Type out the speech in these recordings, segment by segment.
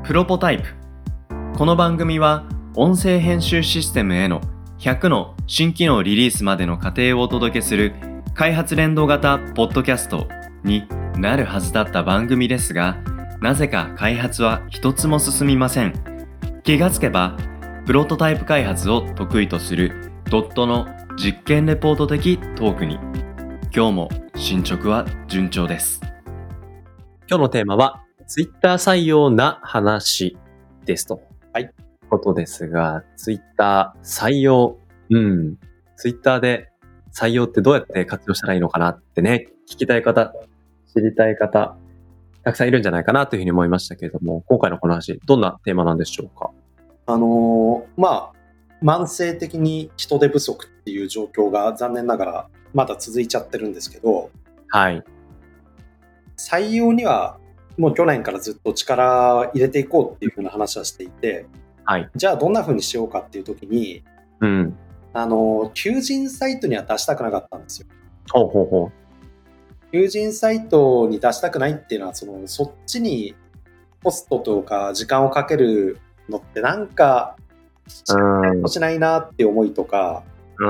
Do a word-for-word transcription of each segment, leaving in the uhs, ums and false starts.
プロポタイプ。この番組は音声編集システムへのひゃくの新機能リリースまでの過程をお届けする開発連動型ポッドキャストになるはずだった番組ですが、なぜか開発は一つも進みません。気がつけばプロトタイプ開発を得意とするドットの実験レポート的トークに。今日も進捗は順調です。 今日のテーマは Twitter 採用な話ですと。 はい。 ことですが、Twitter 採用。うん。Twitter で採用ってどうやって活用したらいいのかなってね、聞きたい方、知りたい方、たくさんいるんじゃないかなというふうに思いましたけれども、今回のこの話、どんなテーマなんでしょうか？ あのー、まあ、慢性的に人手不足っていう状況が残念ながらまだ続いちゃってるんですけど、 はい。 採用にはもう去年からずっと力入れていこうっていうふうな話はしていて、 はい。 じゃあどんなふうにしようかっていう時に、 うん。 あのー、求人サイトには出したくなかったんですよ。 ほうほうほ求人サイトに出したくないっていうのは、そのそっちにコストとか時間をかけるのってなんかう。 しないなって思いとか、 うん。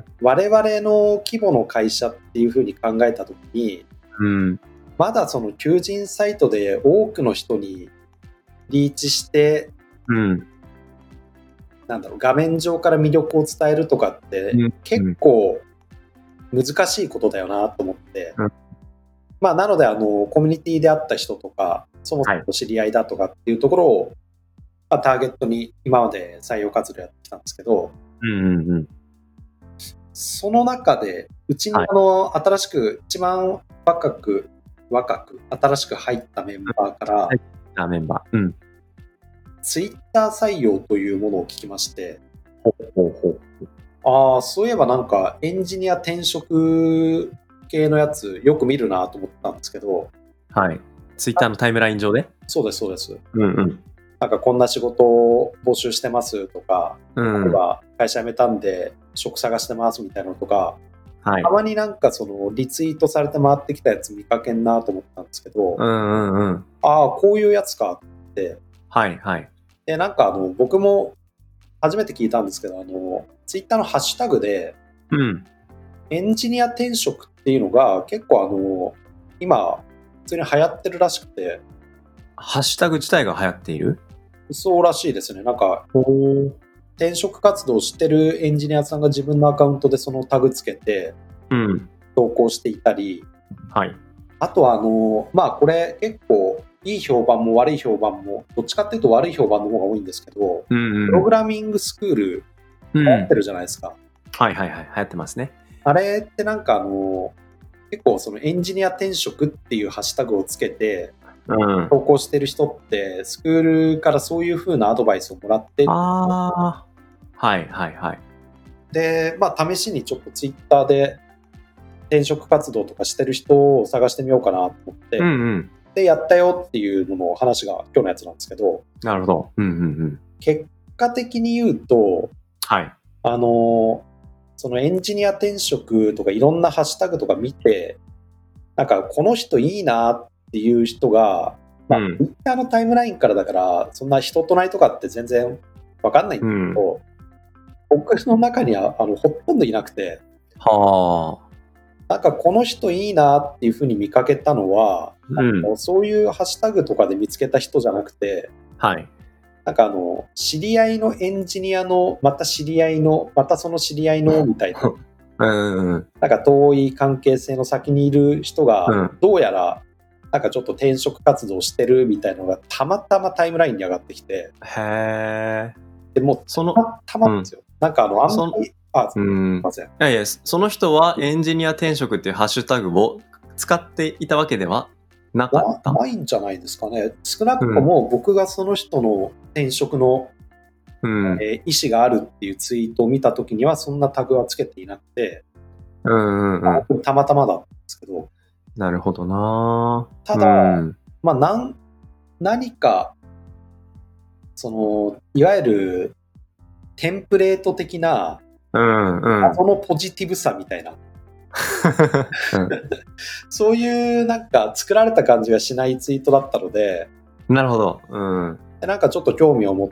我々の規模の会社っていうふうに考えたときに、 うん。 まだその求人サイトで多くの人にリーチして、 うん。 なんだろう、画面上から魅力を伝えるとかってうん結構難しいことだよなと思って、 うん、 まあなのであのコミュニティであった人とか、そもそも知り合いだとかっていうところを、まあ、ターゲットに今まで採用活動やってきたんですけど、 うんうんうん。 その中でうちにあの、はい、新しく一番若く若く新しく入ったメンバーから、 入ったメンバー、うん、 ツイッター採用というものを聞きまして、 ほうほうほう。 ああ、そういえばなんかエンジニア転職系のやつよく見るなと思ったんですけど、 はい。ツイッターのタイムライン上で？ そうですそうです。 うんうん。 なんかこんな仕事を募集してますとか、 うん、 例えば会社辞めたんで職探してますみたいなのとか、 はい、 たまになんかそのリツイートされて回ってきたやつ見かけんなと思ったんですけど、 うんうんうん、 ああこういうやつかって、 はいはい。 でなんかあの僕も初めて聞いたんですけど、あのツイッターのハッシュタグで、 うん、 エンジニア転職っていうのが結構あの今普通に流行ってるらしくて。 ハッシュタグ自体が流行っている？ そうらしいですね。なんか転職活動してるエンジニアさんが自分のアカウントでそのタグつけて投稿していたり、 うん、はい。 あとはあのまあこれ結構いい評判も悪い評判もどっちかっていうと悪い評判の方が多いんですけど、 うんうん、 プログラミングスクール流行ってるじゃないですか、うん、 はいはいはい流行ってますね。 あれってなんかあの結構そのエンジニア転職っていうハッシュタグをつけてうん、 投稿してる人ってスクールからそういう風なアドバイスをもらって、 あー、はいはいはい。 で、まあ試しにちょっとツイッターで転職活動とかしてる人を探してみようかなと思って、 うんうん、 でやったよっていうのの話が今日のやつなんですけど、 なるほど。うんうんうん、 結果的に言うと、 はい、 あのそのエンジニア転職とかいろんなハッシュタグとか見て、なんかこの人いいなっていう人が、まあ、 うん、 ツイッターのタイムラインからだからそんな人となりとかって全然わかんないんだけど、うん、僕の中にはあのほとんどいなくて、 はあ。 なんかこの人いいなっていうふうに見かけたのは、うん、そういうハッシュタグとかで見つけた人じゃなくて、 はい、 なんかあの知り合いのエンジニアのまた知り合いのまたその知り合いのみたいな、 うんうん、 なんか遠い関係性の先にいる人がどうやらなんかちょっと転職活動してるみたいなのがたまたまタイムラインに上がってきて、 へー、 でもうたまたまですよ、うん、なんかあのあんまりあ、すみません。いやいや、その人はエンジニア転職っていうハッシュタグを使っていたわけではなかった？ な、ないんじゃないですかね。少なくとも僕がその人の転職の、うんえー、意思があるっていうツイートを見たときにはそんなタグはつけていなくて、 うんうんうん、 たまたまだったんですけど。 なるほどな。 ただ、うん、まあなん何かそのいわゆるテンプレート的なうんうん、 そのポジティブさみたいな、うん、そういうなんか作られた感じがしないツイートだったので、 なるほど、うん、 で、なんかちょっと興味を持って、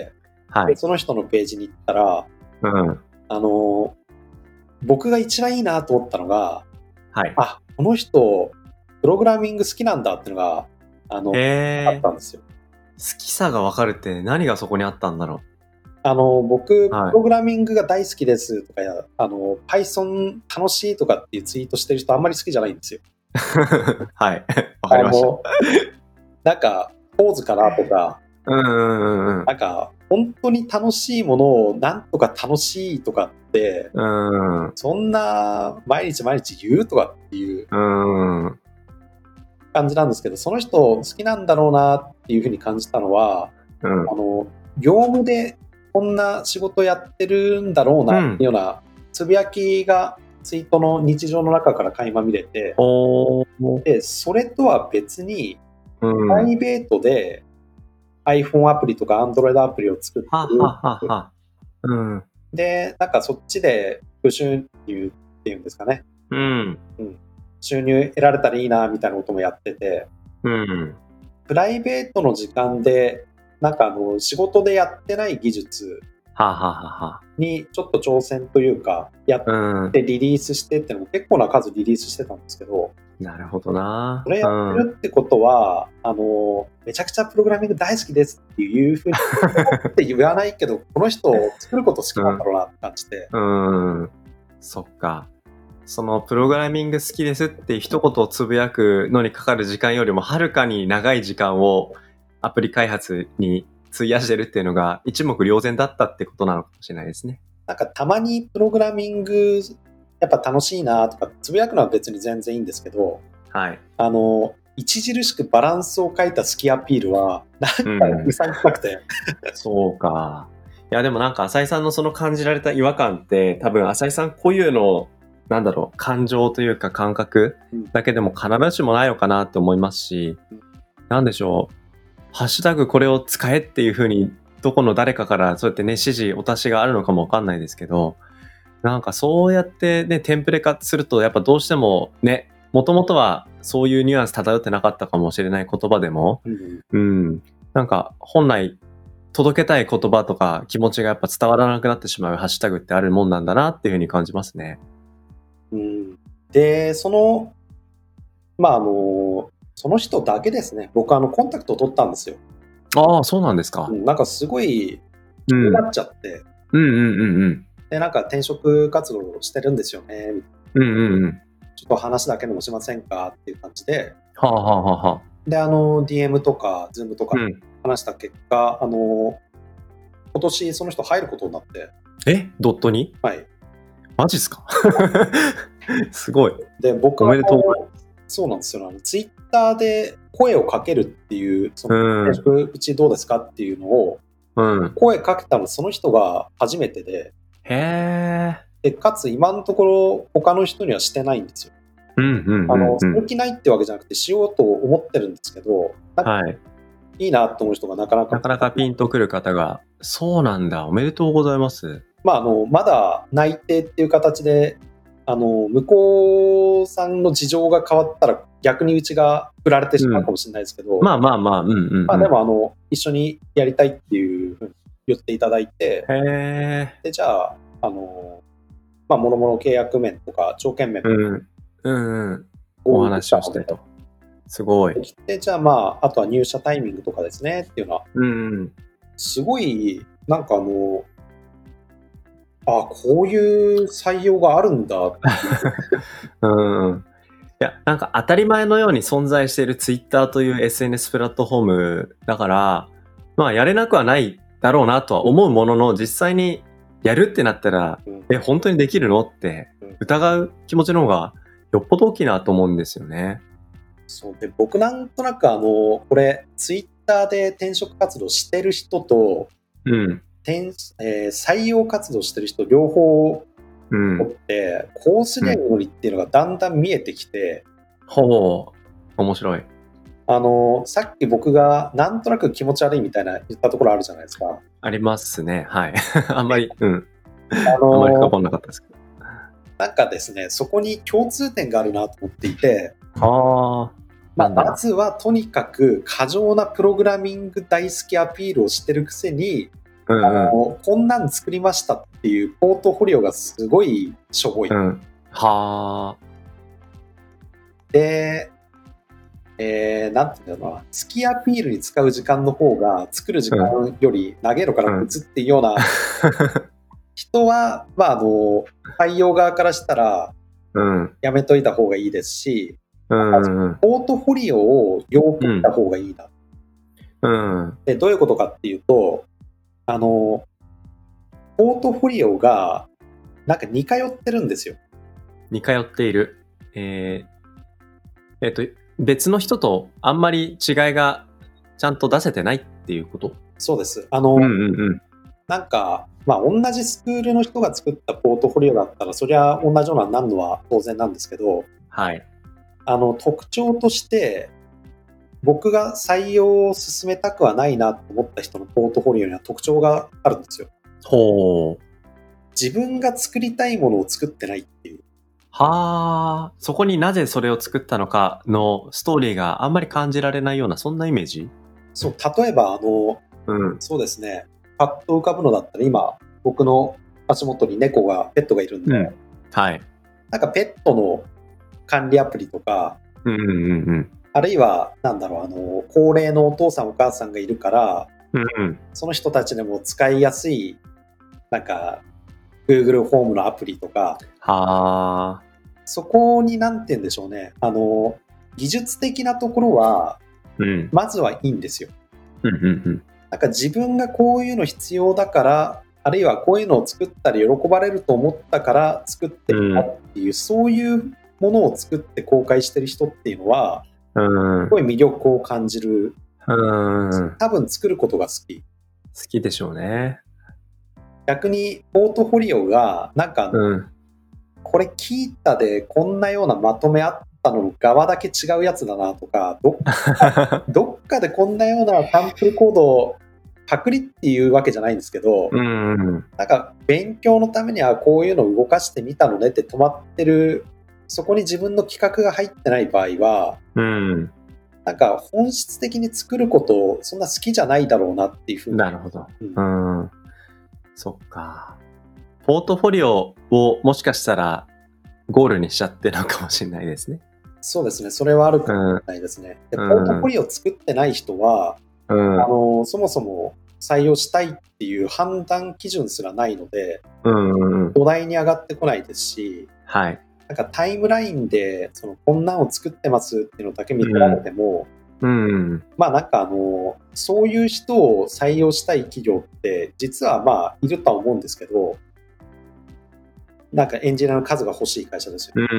はい。 でその人のページに行ったら、 うん。 あの、僕が一番いいなと思ったのが、 はい。 あ、この人、プログラミング好きなんだっていうのが、あの、あへー。 ったんですよ。 好きさが分かるって何がそこにあったんだろあの、僕、プはいログラミングが大好きですとか、あの、Python 楽しいとかっていうツイートしてる人あんまり好きじゃないんですよ。 う。はい。わかりましあの、なんか、ポーズかなとか、 た。うんうんうんうん。 なんか、本当に楽しいものをなんとか楽しいとかって、 うんそんな毎日毎日言うとかっていううん感じなんですけど、その人好きなんだろうなっていうふうに感じたのは、 うんあの、業務でこんな仕事やってるんだろうなっていうようなつぶやきがツイートの日常の中から垣間見れて、 おーで、それとは別に、 うんプライベートで iPhone アプリとか Android アプリを作ってる。 はははは。うんで、なんかそっちで副収入っていうんですかね。 うん収入得られたらいいなみたいなこともやってて、 うんプライベートの時間で、なんかあの仕事でやってない技術はははは。 にちょっと挑戦というか、やっうん。 てリリースしてっていうのも結構な数リリースしてたんですけど、 なるほどな。 それやってるってことは、あの、めちゃくちゃプログラミング大好きですっていうふうにって言わないけど、この人作ること好きなんだろうなって感じて。 うん。うんそっか。そのプログラミング好きですって一言をつぶやくのにかかる時間よりもはるかに長い時間をアプリ開発に費やしてるっていうのが一目瞭然だったってことなのかもしれないですね。 なんかたまにプログラミングやっぱ楽しいなとかつぶやくのは別に全然いいんですけど、 はい。 あの、著しくバランスを書いた好きアピールは、なんかうさんくさくて。 そうか。いやでもなんか浅井さんのその感じられた違和感って多分浅井さん固有のなんだろう感情というか感覚だけでも必ずしもないのかなと思いますし、 うんなんでしょうハッシュタグこれを使えっていう風にどこの誰かからそうやってね指示お達しがあるのかもわかんないですけど、なんかそうやってねテンプレ化するとやっぱどうしてもねもともとはそういうニュアンス漂ってなかったかもしれない言葉でも、 うんうん、なんか本来届けたい言葉とか気持ちがやっぱ伝わらなくなってしまうハッシュタグってあるもんなんだなっていう風に感じますね。 うんで、その、まああの、その人だけですね、僕あのコンタクトを取ったんですよ。 ああ、そうなんですか。 うんなんかすごい気うん。 になっちゃって、 うんうんうんうん。 で、なんか転職活動をしてるんですよね、みたいなうんうんうん。 ちょっと話だけでもしませんかっていう感じで、 はあはあはあはあ。 で、あの、ディーエム とか Zoom とかうん。 話した結果、あの、今年その人入ることになって、 えドットにはい。 マジっすかすごい。 で、僕はおめでとうござそうなんですよ。あのツイッターで声をかけるっていう、そのうん転職うちどうですかっていうのを、 うん。 声かけたのその人が初めてで、 へえ。 でかつ今のところ他の人にはしてないんですよ。 うんうんうん、 あの、 うん。 する気ないってわけじゃなくてしようと思ってるんですけど、なんかはい。 いいなと思う人がなかなか。 なかなかピンとくる方が。そうなんだ。おめでとうございます。 まあ、あの、まだ内定っていう形で、あの、向こうさんの事情が変わったら逆にうちが振られてしまうかもしれないですけど、 まあまあまあ、うんうん、うん。 まあでもあの、一緒にやりたいっていうふうに言っていただいて、 へえ。 で、じゃあ、あの、まあ、もろもろ契約面とか条件面うん。うんうん。お話をしてと。すごい。 で、じゃあまあ、あとは入社タイミングとかですねっていうのは、 うんうん。 すごい、なんかあの、あ、こういう採用があるんだってうんうん。いや、なんか当たり前のように存在しているツイッターという エスエヌエス プラットフォームだから、まあやれなくはないだろうなとは思うものの、実際にやるってなったら、 うんえ、本当にできるのって疑う気持ちの方がよっぽど大きいなと思うんですよね。 そうで僕なんとなくあのこれツイッターで転職活動してる人とうん。 転、えー採用活動してる人両方うんおっ。て、コース料理っていうのがだんだん見えてきて、 ほう。面白い。 あのさっき僕がなんとなく気持ち悪いみたいな言ったところあるじゃないですか。 ありますね。はい。あんまり、うん。 ああんまり深の掘んなかったですけど。 なんかですね、そこに共通点があるなと思っていて、 はあ。 まあ、まずはとにかく過剰なプログラミング大好きアピールをしてるくせに、うんうん、あのこんなん作りましたっていうポートフォリオがすごいしょぼい。うん、はあ。で、えー、なんていうのかな、好きアピールに使う時間の方が作る時間より長いのかな、打つっていうような人は、まあ、あの採用側からしたらやめといた方がいいですし、うんうん、ポートフォリオをよく見た方がいいな、うんうん、でどういうことかっていうと、あのポートフォリオがなんか似通ってるんですよ。 似通っている。えー、えー、と別の人とあんまり違いがちゃんと出せてないっていうこと？ そうです。あの、うんうんうん、なんか、まあ、同じスクールの人が作ったポートフォリオだったらそりゃ同じようなのになるのは当然なんですけど、はい、あの特徴として僕が採用を進めたくはないなと思った人のポートフォリオには特徴があるんですよ。ほう。自分が作りたいものを作ってないっていう。 はあ、そこになぜそれを作ったのかのストーリーがあんまり感じられないような、そんなイメージ？ そう、例えばあの、うん、そうですね、パッと浮かぶのだったら今僕の足元に猫がペットがいるんで、うん、はい、なんかペットの管理アプリとか、うんうんうん、あるいはなんだろう、あの高齢のお父さんお母さんがいるから、うんうん、その人たちでも使いやすいなんか Google ホームのアプリとか、はー、そこになんて言うんでしょうね、あの技術的なところは、うん、まずはいいんですよ、うんうんうん、なんか自分がこういうの必要だから、あるいはこういうのを作ったら喜ばれると思ったから作ってみたっていう、うん、そういうものを作って公開してる人っていうのは、うん、すごい魅力を感じる、うん、多分作ることが好き好きでしょうね。 逆にポートフォリオがなんか、うん、これキータでこんなようなまとめあったの側だけ違うやつだなとか、どっかどっかでこんなようなサンプルコードをパクリっていうわけじゃないんですけど、うんうん、なんか勉強のためにはこういうのを動かしてみたのねって止まってる、そこに自分の企画が入ってない場合は、うん、なんか本質的に作ることをそんな好きじゃないだろうなっていうふうに。 なるほど、うんうん、そっか。ポートフォリオをもしかしたらゴールにしちゃってるのかもしれないですね。 そうですね、それはあるかもしれないですね。うん、でポートフォリオを作ってない人は、うん、あのそもそも採用したいっていう判断基準すらないので、うんうん、土台に上がってこないですし、はい、なんかタイムラインでそのこんなんを作ってますっていうのだけ見せられても、うんうん、まあなんかあのそういう人を採用したい企業って実はまあいるとは思うんですけど、なんかエンジニアの数が欲しい会社ですよ、うん、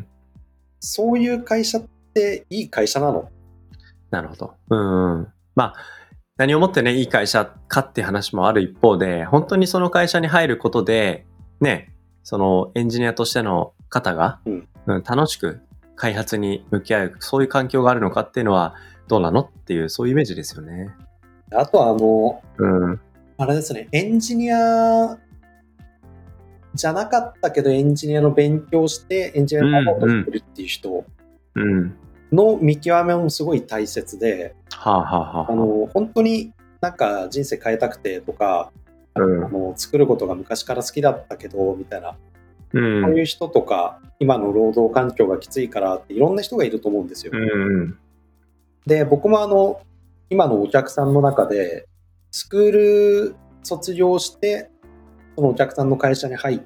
そういう会社っていい会社なの？ なるほど、うんうん、まあ何をもってねいい会社かっていう話もある一方で、本当にその会社に入ることでね、そのエンジニアとしての方が、うんうん、楽しく開発に向き合う、そういう環境があるのかっていうのはどうなのっていう、そういうイメージですよね。 あとはあの、うん、あれですね、エンジニアじゃなかったけどエンジニアの勉強してエンジニアになろうとしてるっていう人の見極めもすごい大切で、はあはあはあ、あの本当になんか人生変えたくてとか、うん、あの作ることが昔から好きだったけどみたいな、うん、そういう人とか今の労働環境がきついからっていろんな人がいると思うんですよ、うん、で僕もあの今のお客さんの中でスクール卒業してそのお客さんの会社に入って、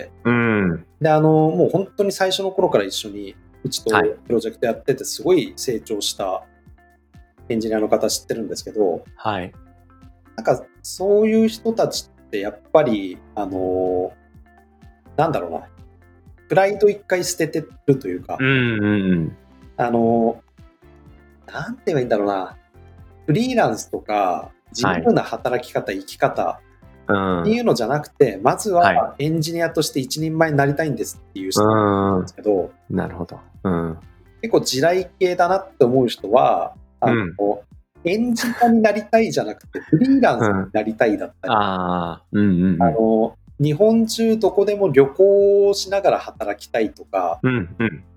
うん、であのもう本当に最初の頃から一緒にうちとプロジェクトやっててすごい成長したエンジニアの方知ってるんですけど、はい、なんかそういう人たちってやっぱりあのなんだろうな、プライド一回捨ててるというか、うんうんうん、あのなんて言えばいいんだろうな、フリーランスとか自由な働き方、はい、生き方っていうのじゃなくて、まずはエンジニアとして一人前になりたいんですっていう人なんですけど、 うん、なるほど、うん、 結構地雷系だなって思う人はあの、うん、エンジニアになりたいじゃなくてフリーランスになりたいだったり、うん、あー、うんうんうん、あの日本中どこでも旅行をしながら働きたいとか、うんうん、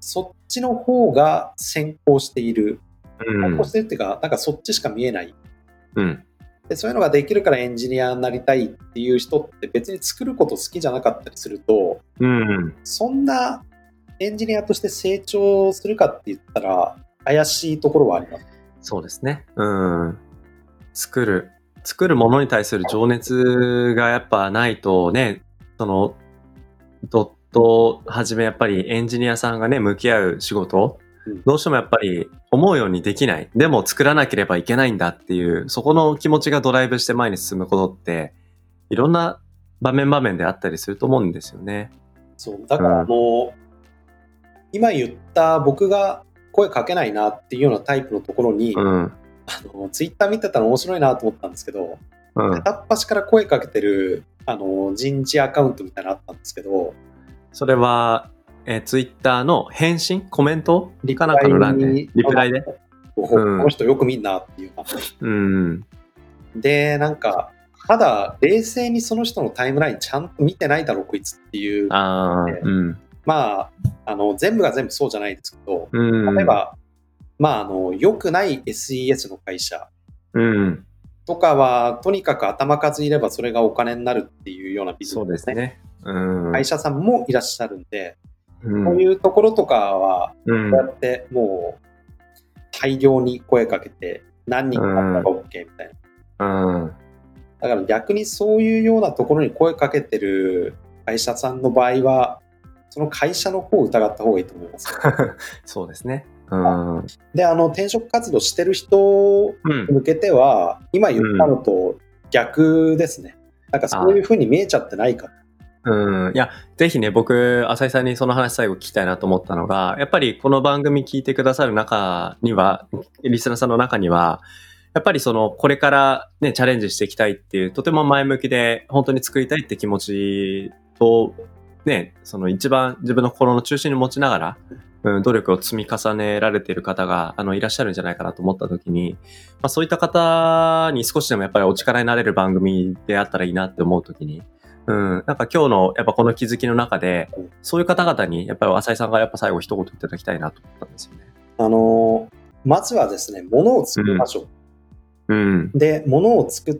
そっちの方が先行している。 うん先行してるっていうか、なんかそっちしか見えない。 うんで、そういうのができるからエンジニアになりたいっていう人って別に作ること好きじゃなかったりすると、 うんそんなエンジニアとして成長するかって言ったら怪しいところはあります。 そうですね。うん。作る、作るものに対する情熱がやっぱないとね、その、ドットはじめやっぱりエンジニアさんがね、向き合う仕事、 うんどうしてもやっぱり思うようにできない。でも作らなければいけないんだっていう、そこの気持ちがドライブして前に進むことって、いろんな場面場面であったりすると思うんですよね。 そう。だからあの、今言った僕が声かけないなっていうようなタイプのところに、 うん。 あのツイッター見てたら面白いなと思ったんですけど、 うん。 片っ端から声かけてるあの人事アカウントみたいなのあったんですけど、 それは、えー、ツイッターの返信コメントリかなんかの欄でリプライでこうんの人よく見んなっていうか。 うん。 で、なんか、ただ、冷静にその人のタイムラインちゃんと見てないだろ、こいつっていう。 ああ、うん。 まあ、あの、全部が全部そうじゃないですけど、 うん。 例えば、まあ、あの、良くない エスイーエス の会社うん。 とかは、とにかく頭数いればそれがお金になるっていうようなビジネス、 そうですね。うん。 会社さんもいらっしゃるんで、 うん、 こういうところとかは、 うんこうやってもう、大量に声かけて、何人かあったら OK みたいな。 うん。 だから逆にそういうようなところに声かけてる会社さんの場合は、その会社の方を疑った方がいいと思います。 そうですね。うん。 で、あの、転職活動してる人に向けては、今言ったのと逆ですね。なんかそういう風に見えちゃってないか。 うん。いや、ぜひね、僕、浅井さんにその話最後聞きたいなと思ったのが、やっぱりこの番組聞いてくださる中には、リスナーさんの中には、やっぱりその、これからね、チャレンジしていきたいっていう、とても前向きで、本当に作りたいって気持ちと、ね、その一番自分の心の中心に持ちながら、うん、努力を積み重ねられている方が、あの、いらっしゃるんじゃないかなと思ったときに、まあそういった方に少しでもやっぱりお力になれる番組であったらいいなって思うときに、うん、なんか今日のやっぱこの気づきの中で、そういう方々にやっぱり浅井さんがやっぱ最後一言いただきたいなと思ったんですよね。 あの、まずはですね、物を作りましょう。 うん。 で、物を作って、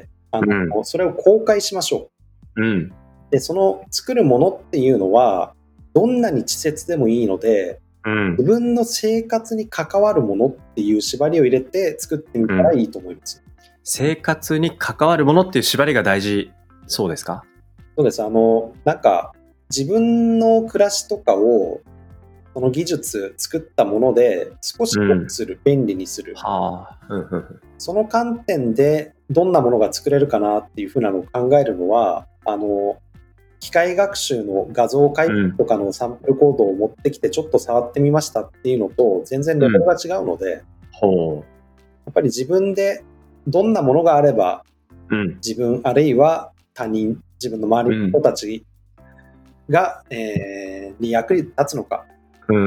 あの、 うん、 それを公開しましょう。うん。 で、その作るものっていうのは、どんなに稚拙でもいいので、 うん、 自分の生活に関わるものっていう縛りを入れて作ってみたらいいと思います。 うん、生活に関わるものっていう縛りが大事そうですか？ そうです。あの、なんか、自分の暮らしとかを、その技術、作ったもので少し良くする、うん、便利にする。 はあ、うんうん、 その観点でどんなものが作れるかなっていうふうなのを考えるのは、あの、機械学習の画像解析とかのサンプルコードを持ってきてちょっと触ってみましたっていうのと全然レベルが違うので、 うん、 やっぱり自分でどんなものがあれば、 うん、 自分あるいは他人、自分の周りの人たちが、うんえー、に役に立つのか、 うん、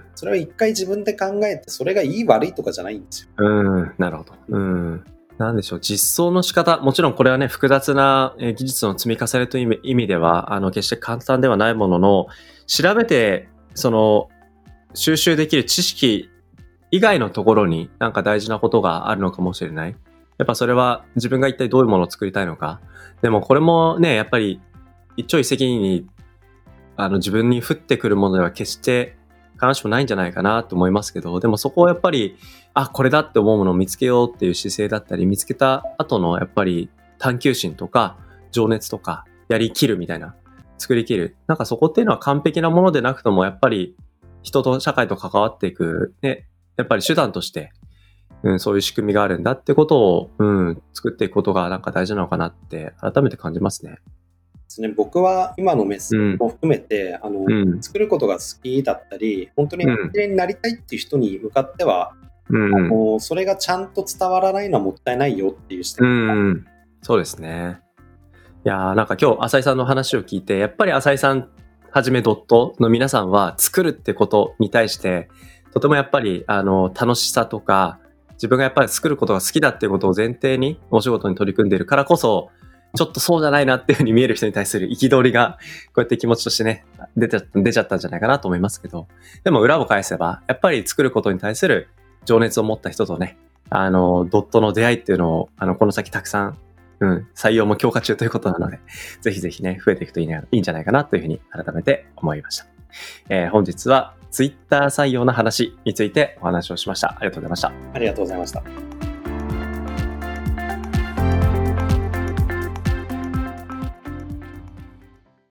それを一回自分で考えてそれがいい悪いとかじゃないんですよ。 うん、なるほど。うんなんでしょう、実装の仕方、もちろんこれはね、複雑な技術の積み重ねという意味では、あの、決して簡単ではないものの、調べて、その、収集できる知識以外のところになんか大事なことがあるのかもしれない。やっぱそれは自分が一体どういうものを作りたいのか。でもこれもね、やっぱり一朝一夕に、あの、自分に降ってくるものでは決して必ずしもないんじゃないかなと思いますけど、でもそこをやっぱり、あ、これだって思うものを見つけようっていう姿勢だったり、見つけた後のやっぱり探求心とか情熱とかやりきるみたいな、作りきる。なんかそこっていうのは完璧なものでなくともやっぱり人と社会と関わっていく、ね、やっぱり手段として、うん、そういう仕組みがあるんだってことを、うん、作っていくことがなんか大事なのかなって改めて感じますね。 ですね、僕は今のメッセージも含めて、うん、あの、うん、作ることが好きだったり、本当にエンジニアになりたいっていう人に向かっては、うん、あのそれがちゃんと伝わらないのはもったいないよっていう視点、 うん、そうですね。いやーなんか今日浅井さんの話を聞いて、やっぱり浅井さんはじめドットの皆さんは作るってことに対してとてもやっぱりあの楽しさとか自分がやっぱり作ることが好きだっていうことを前提にお仕事に取り組んでいるからこそちょっとそうじゃないなっていうふうに見える人に対する憤りが、こうやって気持ちとしてね、出ちゃ出ちゃったんじゃないかなと思いますけど、でも裏を返せば、やっぱり作ることに対する情熱を持った人とね、あの、ドットの出会いっていうのを、あの、この先たくさん、うん、採用も強化中ということなので、ぜひぜひね、増えていくといいね、いいんじゃないかなというふうに改めて思いました。えー、本日は Twitter 採用の話についてお話をしました。ありがとうございました。 ありがとうございました。